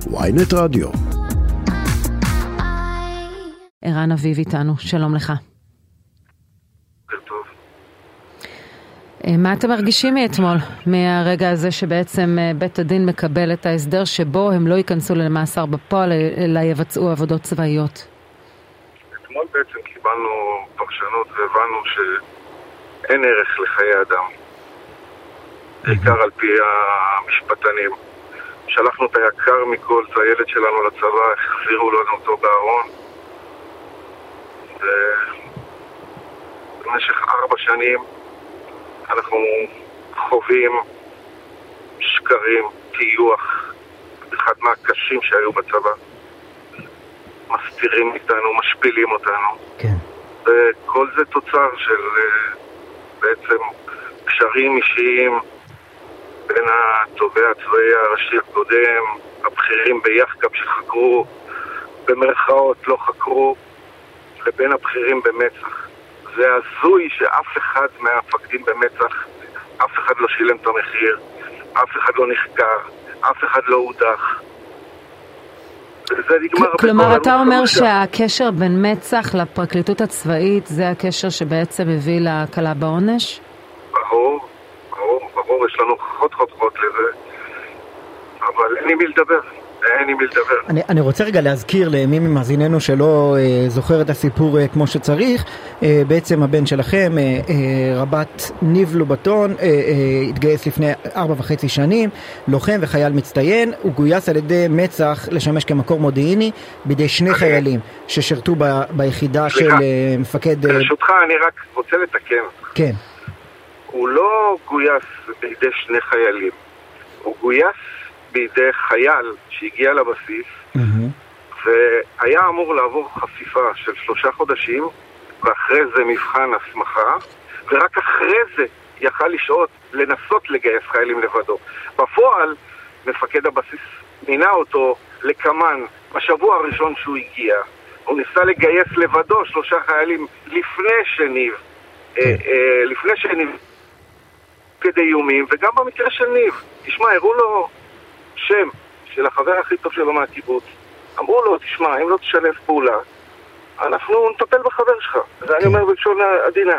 ynet רדיו. ערן אביב איתנו, שלום לך. טוב. מה אתם מרגישים מאתמול, מהרגע הזה שבעצם בית הדין מקבל את ההסדר שבו הם לא ייכנסו למאסר בפועל, אלא יבצעו עבודות צבאיות? אתמול בעצם קיבלנו פרשנות והבנו שאין ערך לחיי אדם. בעיקר על פי המשפטנים. שלחנו את היקר מכל, את הילד שלנו לצבא, החזירו לנו אותו בארון. במשך 4 שנים אנחנו חווים שקרים, טיוח, אחד מהקשים שהיו בצבא. מסתירים איתנו, משפילים אותנו. כן. וכל זה תוצר של בעצם קשרים אישיים בין התובע הצבאי הראשי הקודם, הבכירים ביחק"ם שחקרו, במרכאות לא חקרו, לבין הבכירים במצ"ח. זה הזוי שאף אחד מהמפקדים במצ"ח, אף אחד לא שילם את המחיר, אף אחד לא נחקר, אף אחד לא הודח. כלומר, אתה אומר שהקשר בין מצ"ח לפרקליטות הצבאית זה הקשר שבעצם הביא להקלה בעונש? ברור, יש לנו חוד לזה, אבל אין לי מי לדבר. אני רוצה רגע להזכיר למי ממאזיננו שלא זוכר את הסיפור כמו שצריך. בעצם הבן שלכם, רב"ט ניב לובטון, התגייס לפני 4.5 שנים, לוחם וחייל מצטיין. הוא גויס על ידי מצ"ח לשמש כמקור מודיעיני בידי 2 חיילים ששרתו ביחידה של מפקד... ברשותך, אני רק רוצה לתקן. כן. הוא לא גויס בידי 2 חיילים, הוא גויס בידי חייל שהגיע לבסיס, והיה אמור לעבור חפיפה של 3 חודשים, ואחרי זה מבחן הסמכה, ורק אחרי זה יכל לנסות לגייס חיילים לבדו. בפועל, מפקד הבסיס מינה אותו לקמן בשבוע הראשון שהוא הגיע. הוא ניסה לגייס לבדו 3 חיילים לפני שניב, כדי איומים, וגם במקרה של ניב. תשמע, הראו לו שם של החבר הכי טוב שלו מהקיבוץ. אמרו לו, תשמע, אם לא תשלב פעולה, אנחנו נטפל בחבר שלך. זה אני אומר בלשון עדינה.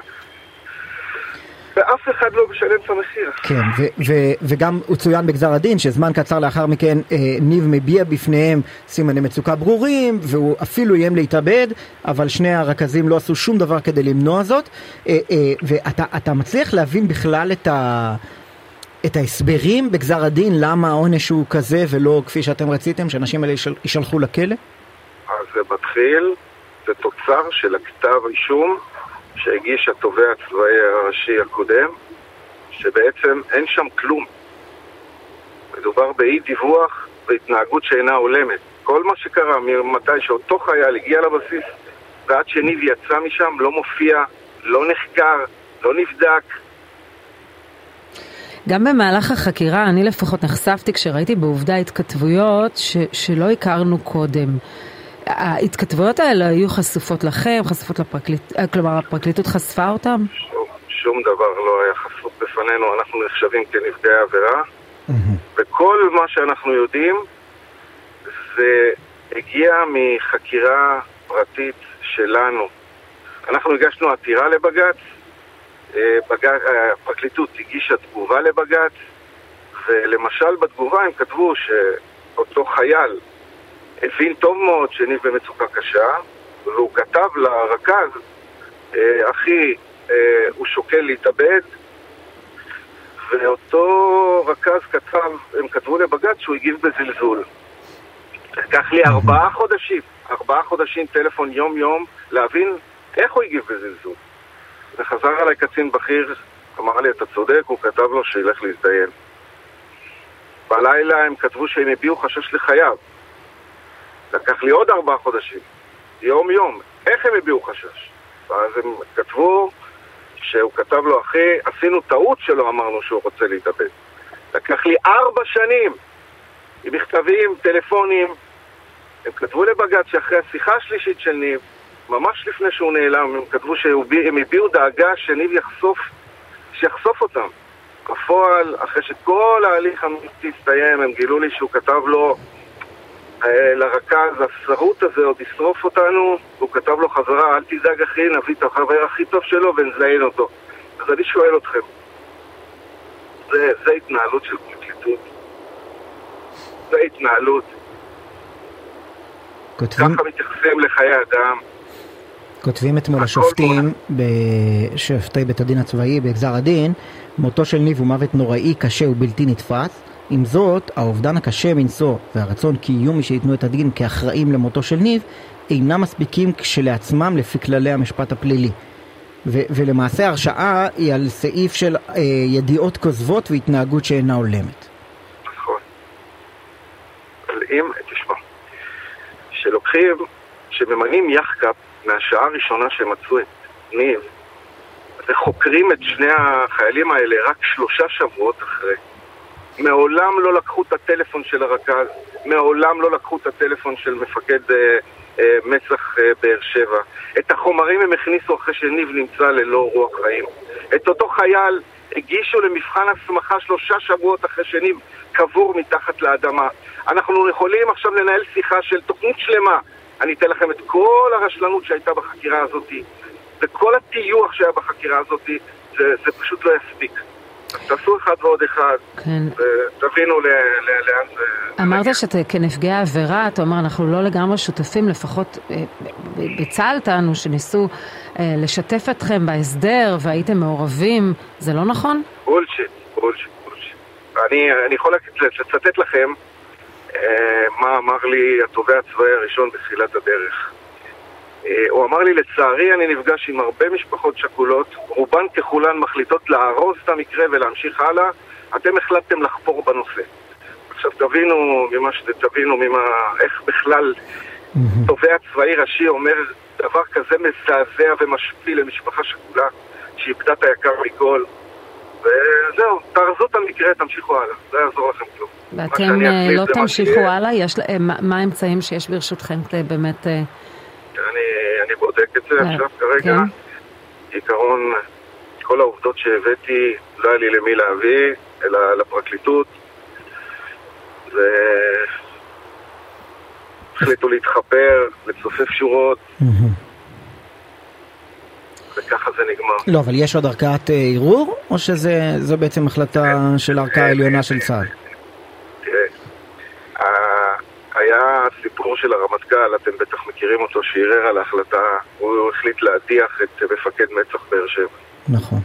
ואף אחד לא משלם את המחיר. כן, וגם הוא צוין בגזר הדין, שזמן קצר לאחר מכן ניב מביע בפניהם סימני מצוקה ברורים, והוא אפילו איים להתאבד, אבל 2 הרכזים לא עשו שום דבר כדי למנוע זאת. ואתה מצליח להבין בכלל את ההסברים בגזר הדין, למה העונש הוא כזה ולא כפי שאתם רציתם, שאנשים האלה יישלחו לכלא? אז זה מתחיל, זה תוצר של הכתב אישום שהגיש התובע הצבאי הראשי הקודם, שבעצם אין שם כלום. מדובר באי דיווח והתנהגות שאינה הולמת. כל מה שקרה ממתי שאותו חייל הגיע לבסיס ועד שניב יצא משם לא מופיע, לא נחקר, לא נבדק. גם במהלך החקירה, אני לפחות נחשפתי כשראיתי בעובדה התכתבויות שלא הכרנו קודם. ההתכתבויות האלה היו חשופות לכם, חשופות כלומר הפרקליטות חשפה אותם? שום דבר לא היה חשוף בפנינו, אנחנו נחשבים כנפגעי עבירה, וכל מה שאנחנו יודעים זה הגיע מחקירה פרטית שלנו. אנחנו הגשנו עתירה לבג"ץ, הפרקליטות הגישה תגובה לבג"ץ, ולמשל בתגובה הם כתבו שאותו חייל הבין טוב מאוד שניב במצוקה קשה, והוא כתב לרכז, אחי, הוא שוקל להתאבד, ואותו רכז כתב, הם כתבו לבג"ץ שהוא הגיב בזלזול. לקח לי 4 חודשים טלפון יום להבין איך הוא הגיב בזלזול. וחזר עליי קצין בכיר, אמר לי, אתה צודק, הוא כתב לו שילך להזדיין. בלילה הם כתבו שהם הביעו חשש לחייו. לקח לי עוד 4 חודשים, יום. איך הם הביעו חשש? ואז הם כתבו שהוא כתב לו, אחי, עשינו טעות שלא אמרנו שהוא רוצה להתאבד. לקח לי 4 שנים, עם מכתבים, טלפונים. הם כתבו לבג"ץ שאחרי השיחה השלישית של ניב, ממש לפני שהוא נעלם, הם כתבו שהם הביעו דאגה שניב שיחשוף אותם. בפועל, אחרי שכל ההליך המקצועי הסתיים, הם גילו לי שהוא כתב לו לרכז, השרות הזה עוד ישרוף אותנו, הוא כתב לו חזרה, אל תדאג אחי, נביא את החבר הכי טוב שלו ונזיין אותו. אז אני שואל אתכם, זה התנהלות של פרקליטות? זה התנהלות? ככה מתייחסים לחיי אדם? כותבים אתמול השופטים, בשופטי בית הדין הצבאי בגזר הדין, מותו של ניב הוא מוות נוראי, קשה ובלתי נתפס. עם זאת, האובדן הקשה מנשוא והרצון כי יהיו מי שיתנו את הדין כאחראים למותו של ניב, אינם מספיקים כשלעצמם לפי כללי המשפט הפלילי. ולמעשה ההרשעה היא על סעיף של ידיעות כוזבות והתנהגות שאינה הולמת. נכון. אבל אם, תשמע, שלוקחים, שממנים יחק"פ מהשעה הראשונה שמצאו את ניב, וחוקרים את שני החיילים האלה רק 3 שבועות אחרי. מעולם לא לקחו את הטלפון של הרכז, מעולם לא לקחו את הטלפון של מפקד מצח באר שבע. את החומרים הם הכניסו אחרי שניב נמצא ללא רוח חיים. את אותו חייל הגישו למבחן הסמכה 3 שבועות אחרי שניב קבור מתחת לאדמה. אנחנו יכולים עכשיו לנהל שיחה של תוכנית שלמה. אני אתן לכם את כל הרשלנות שהייתה בחקירה הזאת, וכל הטיוח שהיה בחקירה הזאת, זה פשוט לא יספיק. תעשו אחד ועוד אחד, ותבינו לאן זה... אמרת שאתה כנפגעי העבירה, אתה אומר, אנחנו לא לגמרי שותפים, לפחות בצה"ל טענו שניסו לשתף אתכם בהסדר והייתם מעורבים, זה לא נכון? בולשיט. אני יכול לצטט לכם מה אמר לי התובע הצבאי הראשון בתחילת הדרך. הוא אמר לי, לצערי אני נפגש עם הרבה משפחות שכולות, רובן ככולן מחליטות להרוס את המקרה ולהמשיך הלאה. אתם החלטתם לחפור בנושא. עכשיו תבינו איך בכלל תובע צבאי ראשי אומר דבר כזה מזעזע ומשפיל למשפחה שכולה שאיבדה את היקר מכל. וזהו, תארזו את המקרה, תמשיכו הלאה, לא יעזור לכם כלום. ואתם לא תמשיכו הלאה? מה האמצעים שיש ברשותכם באמת... אני בודק את זה עכשיו כרגע. עיקרון, כל העובדות שהבאתי לא היה לי למי להביא, אלא לפרקליטות. והחליטו להתחפר, לצופף שורות. וככה זה נגמר. לא, אבל יש עוד ערכאת ערעור, או שזו בעצם החלטה של הערכאה העליונה של צה"ל? תראה, היה סיפור של הרמטכ"ל, אתם בטח מכירים אותו, שערער על ההחלטה, הוא החליט להדיח את מפקד מצח באר שבע. נכון.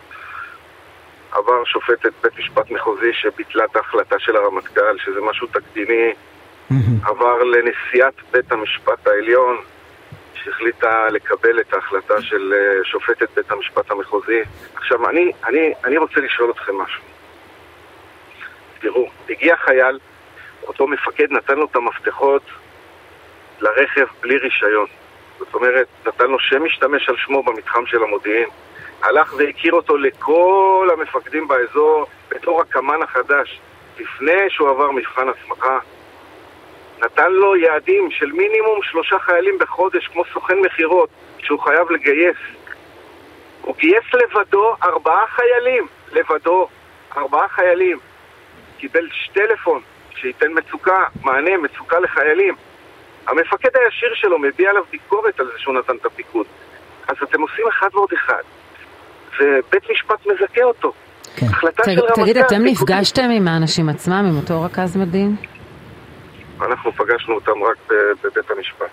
עבר שופטת בית משפט מחוזי שביטלה את ההחלטה של הרמטכ"ל, שזה משהו תקדימי. עבר לנשיאת בית המשפט העליון, שהחליטה לקבל את ההחלטה של שופטת בית המשפט המחוזי. עכשיו, אני רוצה לשאול אתכם משהו. תראו, הגיע חייל, אותו מפקד נתן לו את המפתחות לרכב בלי רישיון. זאת אומרת, נתן לו שם משתמש על שמו במתחם של המודיעין. הלך והכיר אותו לכל המפקדים באזור בתור הקמן החדש, לפני שהוא עבר מבחן הסמכה. נתן לו יעדים של מינימום 3 חיילים בחודש, כמו סוכן מחירות, שהוא חייב לגייס. הוא גייס לבדו 4 חיילים, לבדו 4 חיילים. קיבל טלפון שייתן מענה מצוקה לחיילים. המפקד הישיר שלו מביע עליו ביקורת על זה שהוא נתן את הפיקוד. אז אתם עושים אחד ועוד אחד, ובית משפט מזכה אותו. כן. תגיד, אתם נפגשתם עם האנשים עצמם, עם אותו רכז מדהים? אנחנו פגשנו אותם רק בבית המשפט.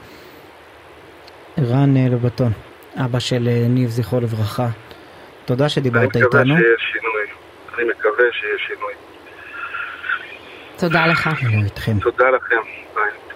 ערן לובטון, אבא של ניב זכרו לברכה, תודה שדיברת איתנו. אני מקווה שיהיה שינוי. תודה לך. תודה לכם. ביי.